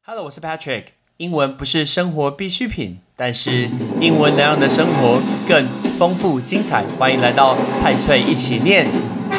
Hello， 我是 Patrick。英文不是生活必需品，但是英文能让你的生活更丰富精彩。欢迎来到派翠一起念。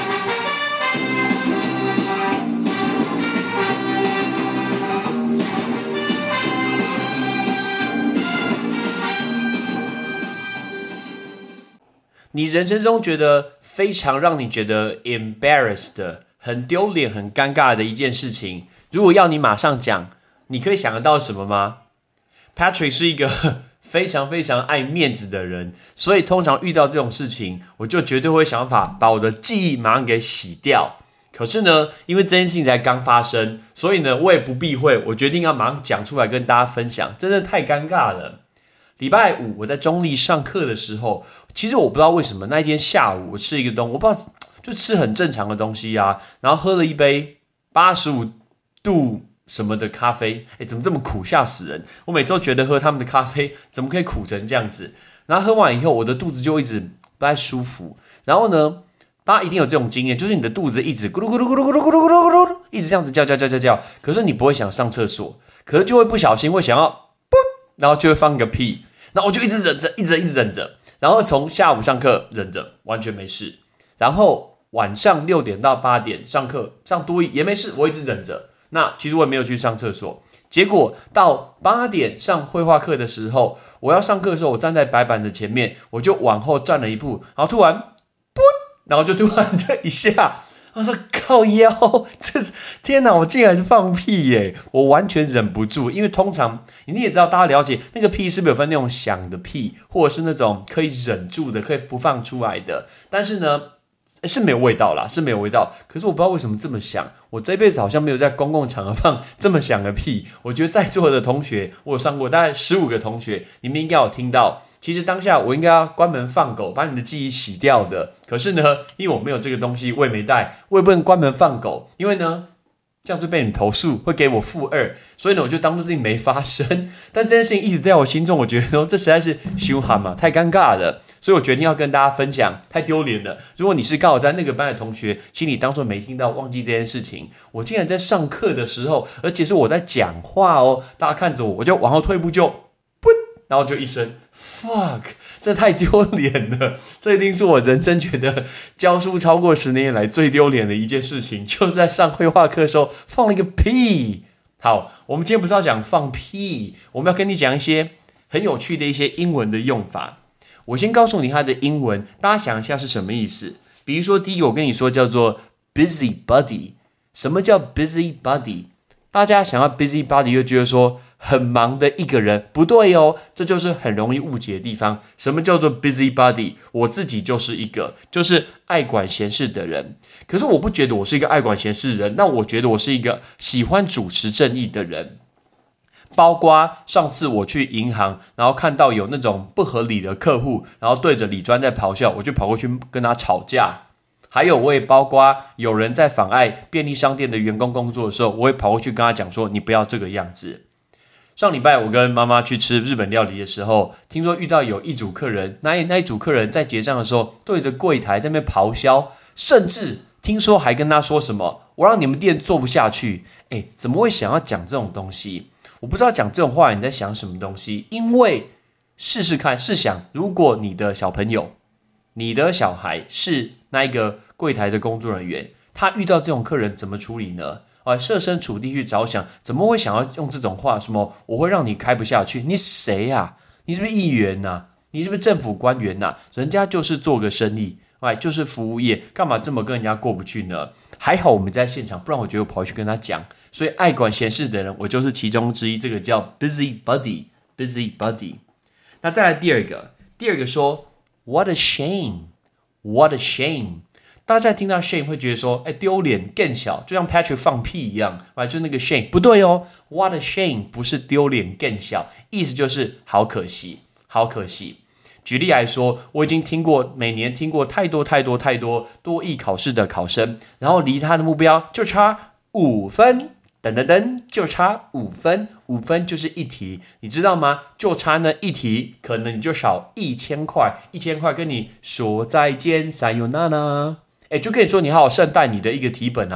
你人生中觉得非常让你觉得 embarrassed 的、很丢脸、很尴尬的一件事情，如果要你马上讲，你可以想得到什么吗？ Patrick 是一个非常非常爱面子的人，所以通常遇到这种事情，我就绝对会想法把我的记忆马上给洗掉。可是呢，因为这件事情才刚发生，所以呢，我也不避讳，我决定要马上讲出来跟大家分享，真的太尴尬了。礼拜五我在中立上课的时候，其实我不知道为什么那一天下午我吃一个东西，我不知道就吃很正常的东西啊，然后喝了一杯85度什么的咖啡，怎么这么苦，吓死人！我每次都觉得喝他们的咖啡怎么可以苦成这样子，然后喝完以后我的肚子就一直不太舒服，然后呢，大家一定有这种经验，就是你的肚子一直咕噜咕噜咕噜咕噜咕噜咕噜咕噜，一直这样子叫，可是你不会想上厕所，可是就会不小心会想要噗，然后就会放个屁，然后我就一直忍着，一直忍着，然后从下午上课忍着完全没事，然后晚上6点到8点上课上多益也没事，我一直忍着。那其实我也没有去上厕所，结果到8点上绘画课的时候，我要上课的时候，我站在白板的前面，我就往后站了一步，然后突然噗，然后就突然这一下，我说靠腰，这是天哪，我竟然放屁耶！我完全忍不住，因为通常你也知道，大家了解那个屁是不是有分那种响的屁，或者是那种可以忍住的，可以不放出来的，但是呢是没有味道啦，是没有味道。可是我不知道为什么这么响，我这辈子好像没有在公共场合放这么响的屁。我觉得在座的同学，我有上过大概15个同学，你们应该有听到。其实当下我应该要关门放狗，把你的记忆洗掉的。可是呢，因为我没有这个东西，我也没带，我也不能关门放狗，因为呢，这样就被你们投诉，会给我-2，所以呢，我就当作自己没发生。但这件事情一直在我心中，我觉得这实在是羞喊嘛，太尴尬了，所以我决定要跟大家分享，太丢脸了。如果你是刚好在那个班的同学，请你当作没听到，忘记这件事情。我竟然在上课的时候，而且是我在讲话哦，大家看着我就往后退一步就噗，然后就一声 fuck， 这太丢脸了。这一定是我人生觉得教书超过10年以来最丢脸的一件事情，就是在上绘画课的时候放了一个屁。好，我们今天不是要讲放屁，我们要跟你讲一些很有趣的一些英文的用法。我先告诉你它的英文，大家想一下是什么意思。比如说第一个我跟你说叫做 busybody。 什么叫 busybody？ 大家想要 busybody 就觉得说很忙的一个人，不对哦，这就是很容易误解的地方。什么叫做 busybody？ 我自己就是一个就是爱管闲事的人，可是我不觉得我是一个爱管闲事的人，那我觉得我是一个喜欢主持正义的人。包括上次我去银行，然后看到有那种不合理的客户，然后对着理专在咆哮，我就跑过去跟他吵架。还有我也包括有人在妨碍便利商店的员工工作的时候，我也跑过去跟他讲说，你不要这个样子。上礼拜我跟妈妈去吃日本料理的时候，听说遇到有一组客人，那一组客人在结账的时候对着柜台在那边咆哮，甚至听说还跟他说什么我让你们店做不下去。怎么会想要讲这种东西？我不知道讲这种话你在想什么东西。因为试试看，试想如果你的小朋友，你的小孩是那一个柜台的工作人员，他遇到这种客人怎么处理呢？设身处地去着想，怎么会想要用这种话，什么我会让你开不下去？你谁啊？你是不是议员啊？你是不是政府官员啊？人家就是做个生意，就是服务业，干嘛这么跟人家过不去呢？还好我们在现场，不然我觉得我跑去跟他讲。所以爱管闲事的人，我就是其中之一，这个叫 busybody。 那再来第二个说 what a shame。 what a shame，大家听到 shame 会觉得说丢脸更小，就像 Patrick 放屁一样，就那个 shame 不对哦。 What a shame 不是丢脸更小，意思就是好可惜，好可惜。举例来说，我已经每年听过太多多益考试的考生，然后离他的目标就差5分，就差5分，5分就是一题，你知道吗？就差那一题，可能你就少1000块，1000块跟你说再见，sayonara。就可以说你好好善待你的一个题本啊。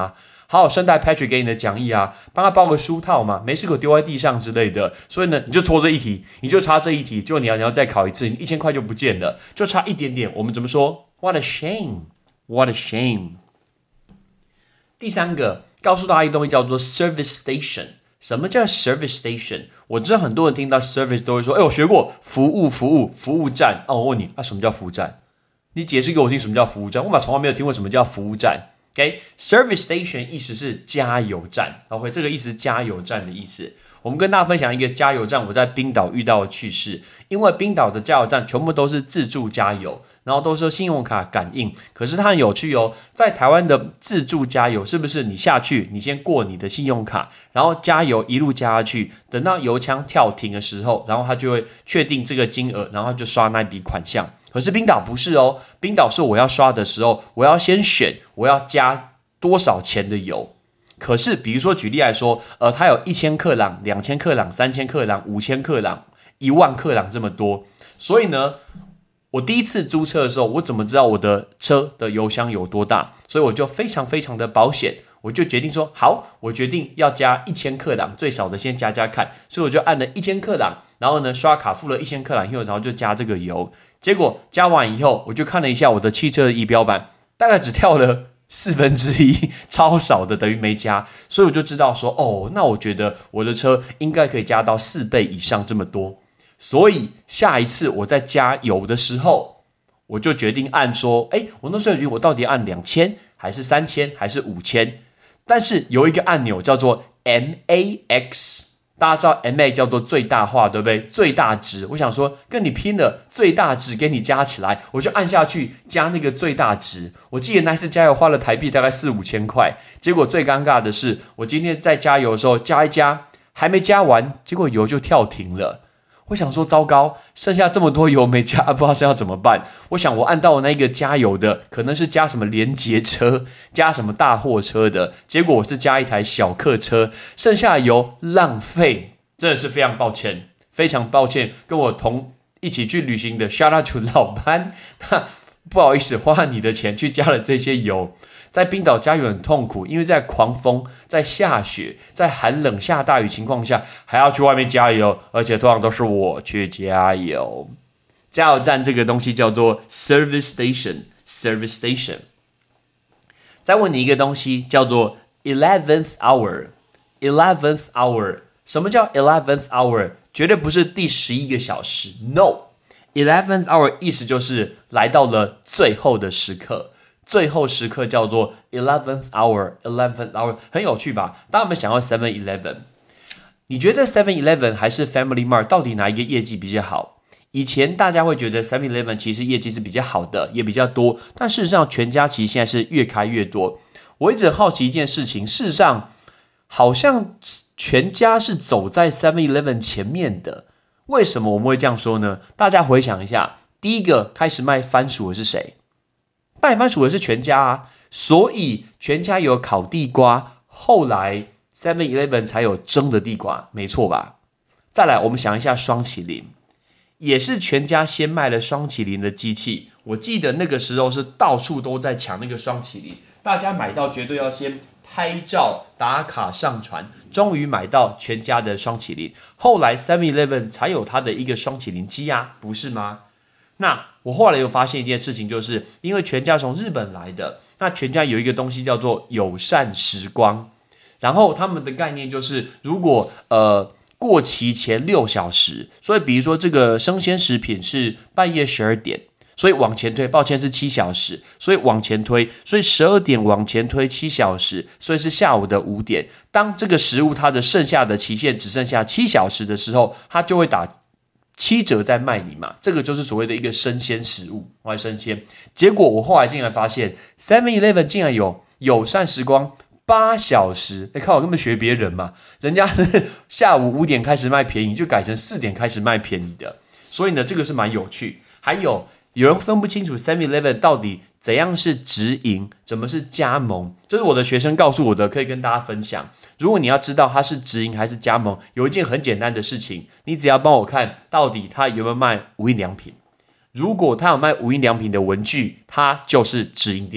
好好善待 Patrick 给你的讲义啊，帮他包个书套嘛，没事给我丢在地上之类的。所以呢，你就戳这一题，你就差这一题，结果你要再考一次，你1000块就不见了，就差一点点。我们怎么说 ？What a shame! What a shame! 第三个，告诉大家一个东西叫做 service station。什么叫 service station？ 我知道很多人听到 service 都会说，我学过服务站。我问你，什么叫服务站？你解释给我听什么叫服务站？我从来没有听过什么叫服务站。service station 意思是加油站。这个意思是加油站的意思。我们跟大家分享一个加油站我在冰岛遇到的趣事。因为冰岛的加油站全部都是自助加油，然后都是信用卡感应。可是它很有趣哦，在台湾的自助加油是不是你下去，你先过你的信用卡，然后加油一路加下去，等到油枪跳停的时候，然后它就会确定这个金额，然后就刷那笔款项。可是冰岛不是哦，冰岛是我要刷的时候，我要先选我要加多少钱的油。可是比如说举例来说，它有1000克朗、2000克朗、3000克朗、5000克朗、10000克朗这么多，所以呢，我第一次租车的时候，我怎么知道我的车的油箱有多大？所以我就非常非常的保险，我就决定说，好，我决定要加1000克朗，最少的先加看，所以我就按了1000克朗，然后呢，刷卡付了1000克朗以后，然后就加这个油。结果加完以后，我就看了一下我的汽车的仪表板，大概只跳了1/4，超少的，等于没加，所以我就知道说，那我觉得我的车应该可以加到4倍以上这么多。所以下一次我在加油的时候，我就决定按说，我那时候觉得我到底按2000还是3000还是5000？但是有一个按钮叫做 MAX。大家知道 MA 叫做最大化，对不对？最大值，我想说跟你拼了，最大值给你加起来，我就按下去加那个最大值。我记得那次加油花了台币大概4-5千块，结果最尴尬的是，我今天在加油的时候加一加，还没加完，结果油就跳停了。我想说糟糕，剩下这么多油没加，不知道是要怎么办。我想我按到那个加油的，可能是加什么连结车，加什么大货车的，结果我是加一台小客车，剩下的油浪费，真的是非常抱歉，非常抱歉，跟我一起去旅行的 shout out to 老班，不好意思花你的钱去加了这些油。在冰岛加油很痛苦，因为在狂风、在下雪、在寒冷下大雨情况下，还要去外面加油，而且通常都是我去加油。加油站这个东西叫做 service station。service station。再问你一个东西，叫做 11th hour。11th hour， 什么叫 11th hour？ 绝对不是第11个小时 ，No。11th hour 意思就是来到了最后的时刻。最后时刻叫做 11th hour。11th hour 很有趣吧？当我们想要 7-Eleven， 你觉得 7-Eleven 还是 Family Mart 到底哪一个业绩比较好？以前大家会觉得 7-Eleven 其实业绩是比较好的，也比较多，但事实上全家其实现在是越开越多。我一直很好奇一件事情，事实上好像全家是走在 7-Eleven 前面的。为什么我们会这样说呢？大家回想一下，第一个开始卖番薯的是谁？卖番薯的是全家啊，所以全家有烤地瓜，后来 7-Eleven 才有蒸的地瓜，没错吧？再来，我们想一下双麒麟，也是全家先卖了双麒麟的机器。我记得那个时候是到处都在抢那个双麒麟，大家买到绝对要先拍照打卡上传，终于买到全家的双麒麟。后来 7-Eleven 才有它的一个双麒麟机啊，不是吗？那我后来又发现一件事情，就是因为全家从日本来的，那全家有一个东西叫做友善时光，然后他们的概念就是如果过期前6小时，所以比如说这个生鲜食品是半夜12点，所以往前推，抱歉是7小时，所以往前推，所以12点往前推7小时，所以是下午的5点。当这个食物它的剩下的期限只剩下7小时的时候，它就会打7折在卖你嘛，这个就是所谓的一个生鲜食物，生鲜。结果我后来竟然发现 7-Eleven 竟然有友善时光8小时，看我根本学别人嘛，人家是下午5点开始卖便宜，就改成4点开始卖便宜的，所以呢，这个是蛮有趣。还有人分不清楚 7-Eleven 到底怎样是直营，怎么是加盟，这是我的学生告诉我的，可以跟大家分享。如果你要知道它是直营还是加盟，有一件很简单的事情，你只要帮我看到底它有没有卖无印良品。如果它有卖无印良品的文具，它就是直营店。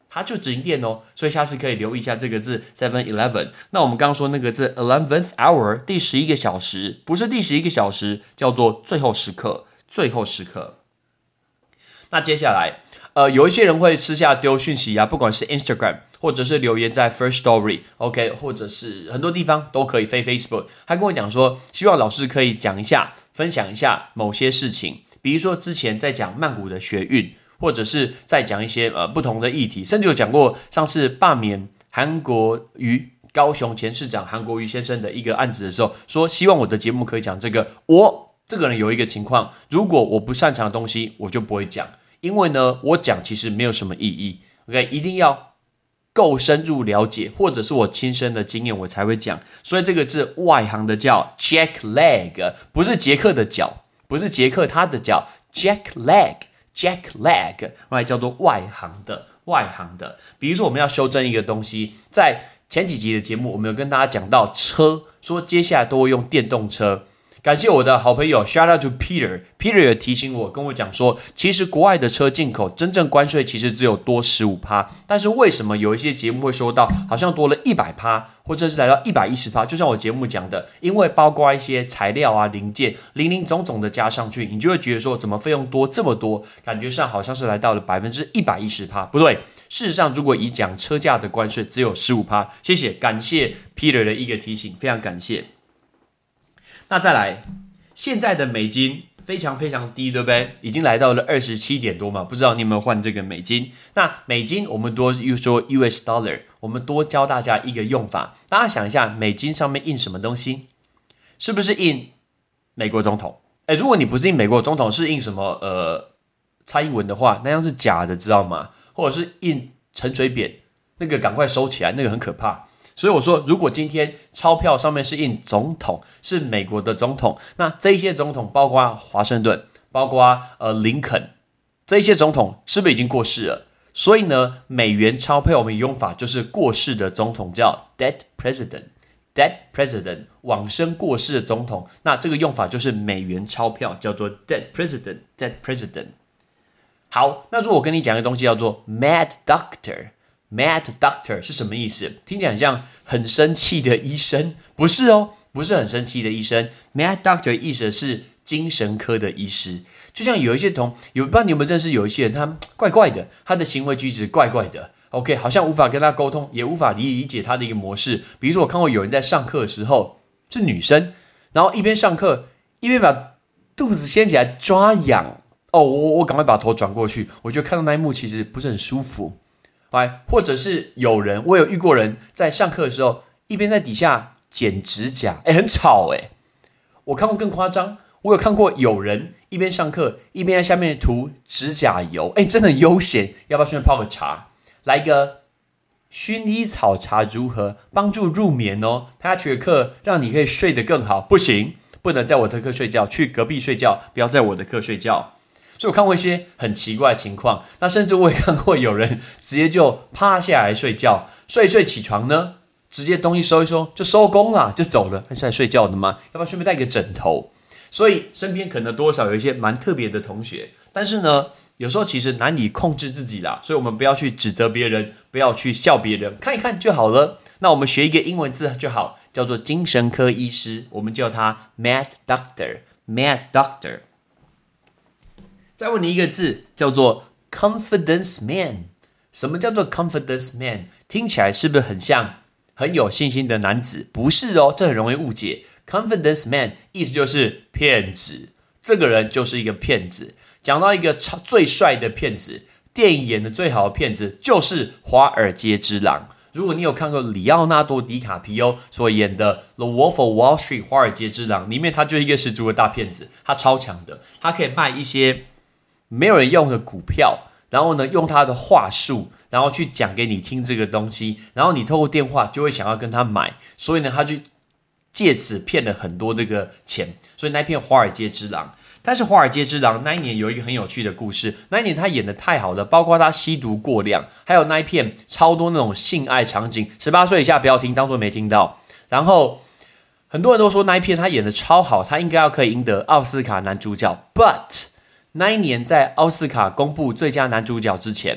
它就直营店哦，所以下次可以留意一下这个字 7-Eleven。那我们刚刚说那个字 11th hour 第11个小时，不是第11个小时，叫做最后时刻，最后时刻。那接下来有一些人会私下丢讯息啊，不管是 Instagram 或者是留言在 First Story OK， 或者是很多地方都可以飞 Facebook。他跟我讲说，希望老师可以讲一下，分享一下某些事情，比如说之前在讲曼谷的学运，或者是在讲一些不同的议题，甚至有讲过上次罢免韩国瑜高雄前市长韩国瑜先生的一个案子的时候，说希望我的节目可以讲这个。我这个人有一个情况，如果我不擅长的东西，我就不会讲，因为呢，我讲其实没有什么意义。OK， 一定要够深入了解，或者是我亲身的经验，我才会讲。所以这个字外行的叫 Jack Leg， 不是杰克的脚，不是杰克他的脚 ，Jack Leg。Jack leg， 叫做外行的。比如说我们要修正一个东西，在前几集的节目，我们有跟大家讲到车，说接下来都会用电动车。感谢我的好朋友 shout out to Peter 有提醒我，跟我讲说，其实国外的车进口真正关税其实只有多 15%， 但是为什么有一些节目会说到好像多了 100%， 或者是来到 110%， 就像我节目讲的，因为包括一些材料啊零件零零总总的加上去，你就会觉得说怎么费用多这么多，感觉上好像是来到了 110%， 不对，事实上如果以讲车价的关税只有 15%， 谢谢，感谢 Peter 的一个提醒，非常感谢。那再来，现在的美金非常非常低，对不对？已经来到了27点多嘛，不知道你有没有换这个美金？那美金我们多说 US dollar， 我们多教大家一个用法。大家想一下，美金上面印什么东西？是不是印美国总统？如果你不是印美国总统，是印什么蔡英文的话，那样是假的，知道吗？或者是印陈水扁，那个赶快收起来，那个很可怕。所以我说，如果今天钞票上面是印总统，是美国的总统，那这些总统包括华盛顿，包括林肯，这些总统是不是已经过世了？所以呢，美元钞票我们用法就是过世的总统叫 dead president，dead president 往生过世的总统，那这个用法就是美元钞票叫做 dead president。好，那如果我跟你讲一个东西叫做 mad doctor。Mad doctor 是什么意思？听起来很像很生气的医生，不是哦，不是很生气的医生。Mad doctor 意思是精神科的医师，就像有一些不知道你有没有认识有一些人，他怪怪的，他的行为举止怪怪的 ，OK， 好像无法跟他沟通，也无法理解他的一个模式。比如说我看过有人在上课的时候是女生，然后一边上课一边把肚子掀起来抓痒，我赶快把头转过去，我就看到那一幕其实不是很舒服。或者是我有遇过人在上课的时候一边在底下剪指甲，很吵我看过更夸张，我有看过有人一边上课一边在下面涂指甲油，真的很悠闲，要不要顺便泡个茶？来个薰衣草茶如何？帮助入眠哦。他学课让你可以睡得更好，不行，不能在我的课睡觉，去隔壁睡觉，不要在我的课睡觉。所以我看过一些很奇怪的情况，那甚至我也看过有人直接就趴下来睡觉，睡一睡起床呢，直接东西收一收就收工了，就走了。是来睡觉的吗？要不要顺便带个枕头？所以身边可能多少有一些蛮特别的同学，但是呢，有时候其实难以控制自己啦，所以我们不要去指责别人，不要去笑别人，看一看就好了。那我们学一个英文字就好，叫做精神科医师，我们叫他 mad doctor。mad doctor。再问你一个字，叫做 confidence man。 什么叫做 confidence man？ 听起来是不是很像很有信心的男子？不是哦，这很容易误解。 confidence man 意思就是骗子，这个人就是一个骗子。讲到一个最帅的骗子，电影演的最好的骗子就是华尔街之狼。如果你有看过里奥纳多·迪卡皮欧所演的《The Wolf of Wall Street》华尔街之狼，里面他就是一个十足的大骗子，他超强的，他可以卖一些没有人用的股票，然后呢用他的话术，然后去讲给你听这个东西，然后你透过电话就会想要跟他买，所以呢他就借此骗了很多这个钱，所以那片华尔街之狼。但是华尔街之狼那一年有一个很有趣的故事，那一年他演得太好了，包括他吸毒过量，还有那一片超多那种性爱场景，18岁以下不要听，当作没听到。然后很多人都说那一片他演得超好，他应该要可以赢得奥斯卡男主角， but那一年在奥斯卡公布最佳男主角之前，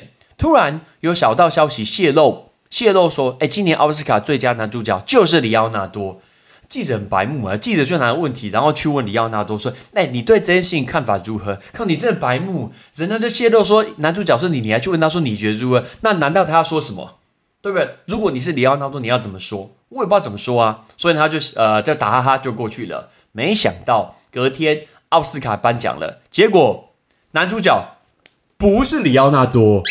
突然有小道消息泄露说，今年奥斯卡最佳男主角就是里奥纳多。记者很白目啊，记者就拿问题，然后去问里奥纳多说：“你对这件事情看法如何？”靠，你真的白目，人家就泄露说男主角是你，你还去问他说你觉得如何？那难道他要说什么？对不对？如果你是里奥纳多，你要怎么说？我也不知道怎么说啊，所以他就打哈哈就过去了。没想到隔天奥斯卡颁奖了，结果男主角不是里奥纳多。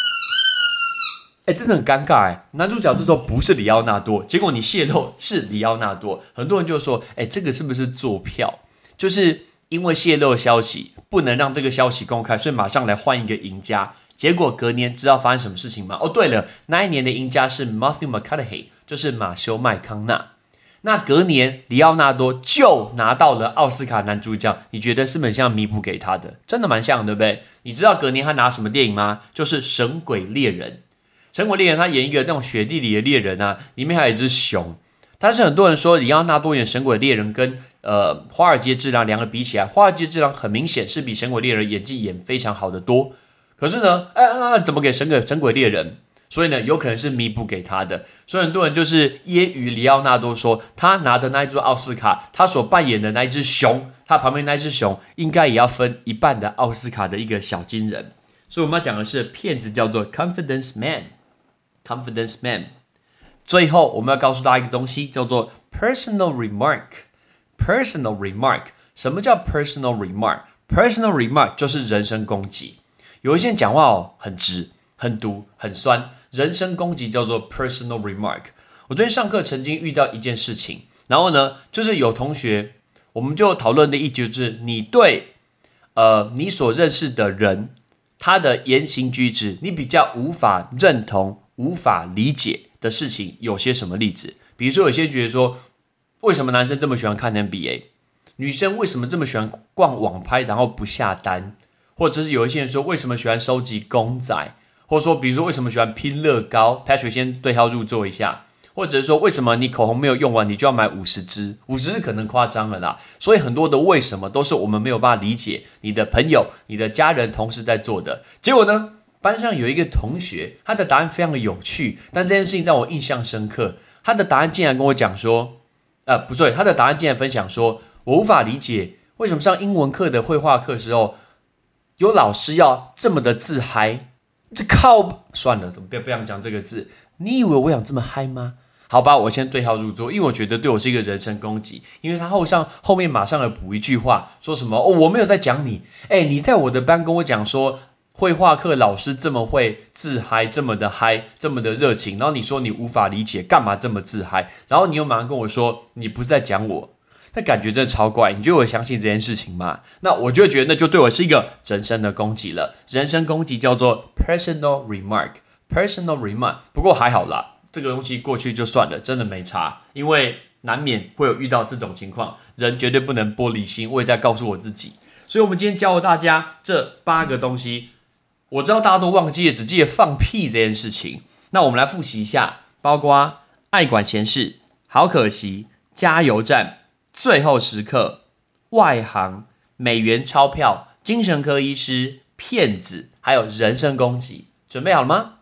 真的很尴尬男主角这时候不是里奥纳多，结果你泄露是里奥纳多，很多人就说，这个是不是作票？就是因为泄露消息，不能让这个消息公开，所以马上来换一个赢家。结果隔年知道发生什么事情吗？对了，那一年的赢家是 Matthew McConaughey， 就是马修麦康纳。那隔年里奥纳多就拿到了奥斯卡男主角，你觉得是不是很像弥补给他的？真的蛮像，对不对？你知道隔年他拿什么电影吗？就是《神鬼猎人》。神鬼猎人他演一个那种雪地里的猎人啊，里面还有一只熊。但是很多人说里奥纳多演神鬼猎人跟华尔街之狼两个比起来，华尔街之狼很明显是比神鬼猎人演技演非常好的多。可是呢，怎么给神鬼猎人？所以呢，有可能是弥补给他的。所以很多人就是揶揄里奥纳多说，他拿的那一座奥斯卡，他所扮演的那一只熊，他旁边那一只熊应该也要分一半的奥斯卡的一个小金人。所以我们要讲的是片子叫做 Confidence Man。Confidence Man。 最后我们要告诉大家一个东西，叫做 Personal Remark。Personal Remark。 什么叫 Personal Remark？ Personal Remark 就是人身攻击。有一些人讲话很直很毒很酸，人身攻击叫做 Personal Remark。 我昨天上课曾经遇到一件事情，然后呢就是有同学，我们就讨论的一句就是你对你所认识的人他的言行举止你比较无法认同无法理解的事情有些什么例子？比如说有些觉得说，为什么男生这么喜欢看 NBA， 女生为什么这么喜欢逛网拍然后不下单？或者是有一些人说为什么喜欢收集公仔，或者说比如说为什么喜欢拼乐高， Patrick 先对号入座一下。或者是说为什么你口红没有用完你就要买50支，50支可能夸张了啦。所以很多的为什么都是我们没有办法理解你的朋友你的家人同事在做的。结果呢，班上有一个同学，他的答案非常的有趣，但这件事情让我印象深刻。他的答案竟然跟我讲说不对，他的答案竟然分享说，我无法理解为什么上英文课的绘画课时候有老师要这么的自嗨。这靠，算了，不想讲这个字。你以为我想这么嗨吗？好吧，我先对号入座，因为我觉得对我是一个人身攻击。因为他后面马上有补一句话，说什么我没有在讲你，你在我的班跟我讲说绘画课老师这么会自嗨，这么的嗨，这么的热情，然后你说你无法理解，干嘛这么自嗨？然后你又马上跟我说你不是在讲我，那感觉真的超怪。你觉得我相信这件事情吗？那我就会觉得那就对我是一个人身的攻击了。人身攻击叫做 Personal Remark。Personal Remark。 不过还好啦，这个东西过去就算了，真的没差，因为难免会有遇到这种情况，人绝对不能玻璃心，我也在告诉我自己。所以我们今天教大家这8个东西，我知道大家都忘记了，只记得放屁这件事情。那我们来复习一下，包括爱管闲事、好可惜、加油站、最后时刻、外行、美元钞票、精神科医师、骗子，还有人身攻击。准备好了吗？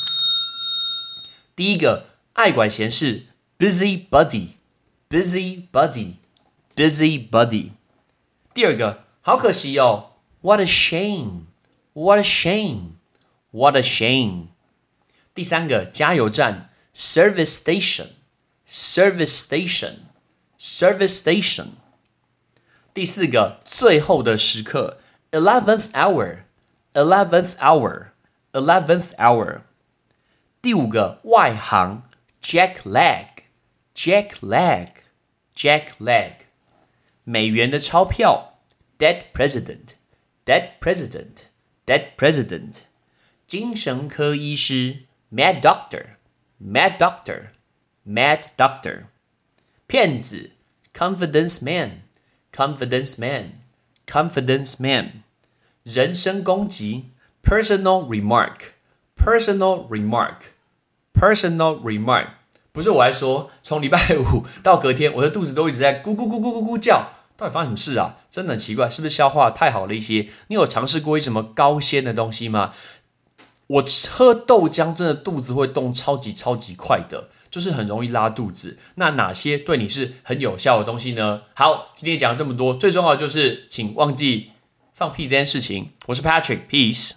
第一个，爱管闲事 busybody。 第二个，好可惜哦 what a shame。 第三个，加油站 service station。 第四个，最后的时刻 11th hour。 第五个，外行 jack leg。 美元的钞票 dead president。 精神科医师 mad doctor。 骗子 confidence man。 人身攻击 personal remark。 不是我来说，从礼拜五到隔天，我的肚子都一直在咕咕咕咕咕咕叫，到底发生什么事啊？真的很奇怪，是不是消化太好了一些？你有尝试过一什么高纤的东西吗？ 我喝豆浆真的肚子会动超级快的，就是很容易拉肚子。那哪些对你是很有效的东西呢？好，今天讲了这么多，最重要的就是请忘记放屁这件事情。我是 Patrick，Peace。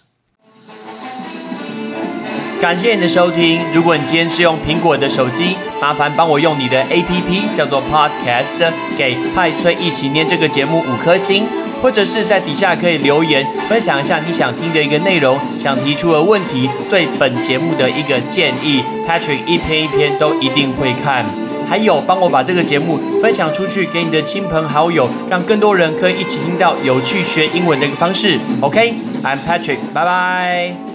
感谢你的收听。如果你今天是用苹果的手机，麻烦帮我用你的 APP 叫做 Podcast 给派翠一起念这个节目5颗星，或者是在底下可以留言分享一下你想听的一个内容，想提出的问题，对本节目的一个建议 ，Patrick 一篇一篇都一定会看。还有帮我把这个节目分享出去给你的亲朋好友，让更多人可以一起听到有趣学英文的一个方式。OK，I'm Patrick，拜拜。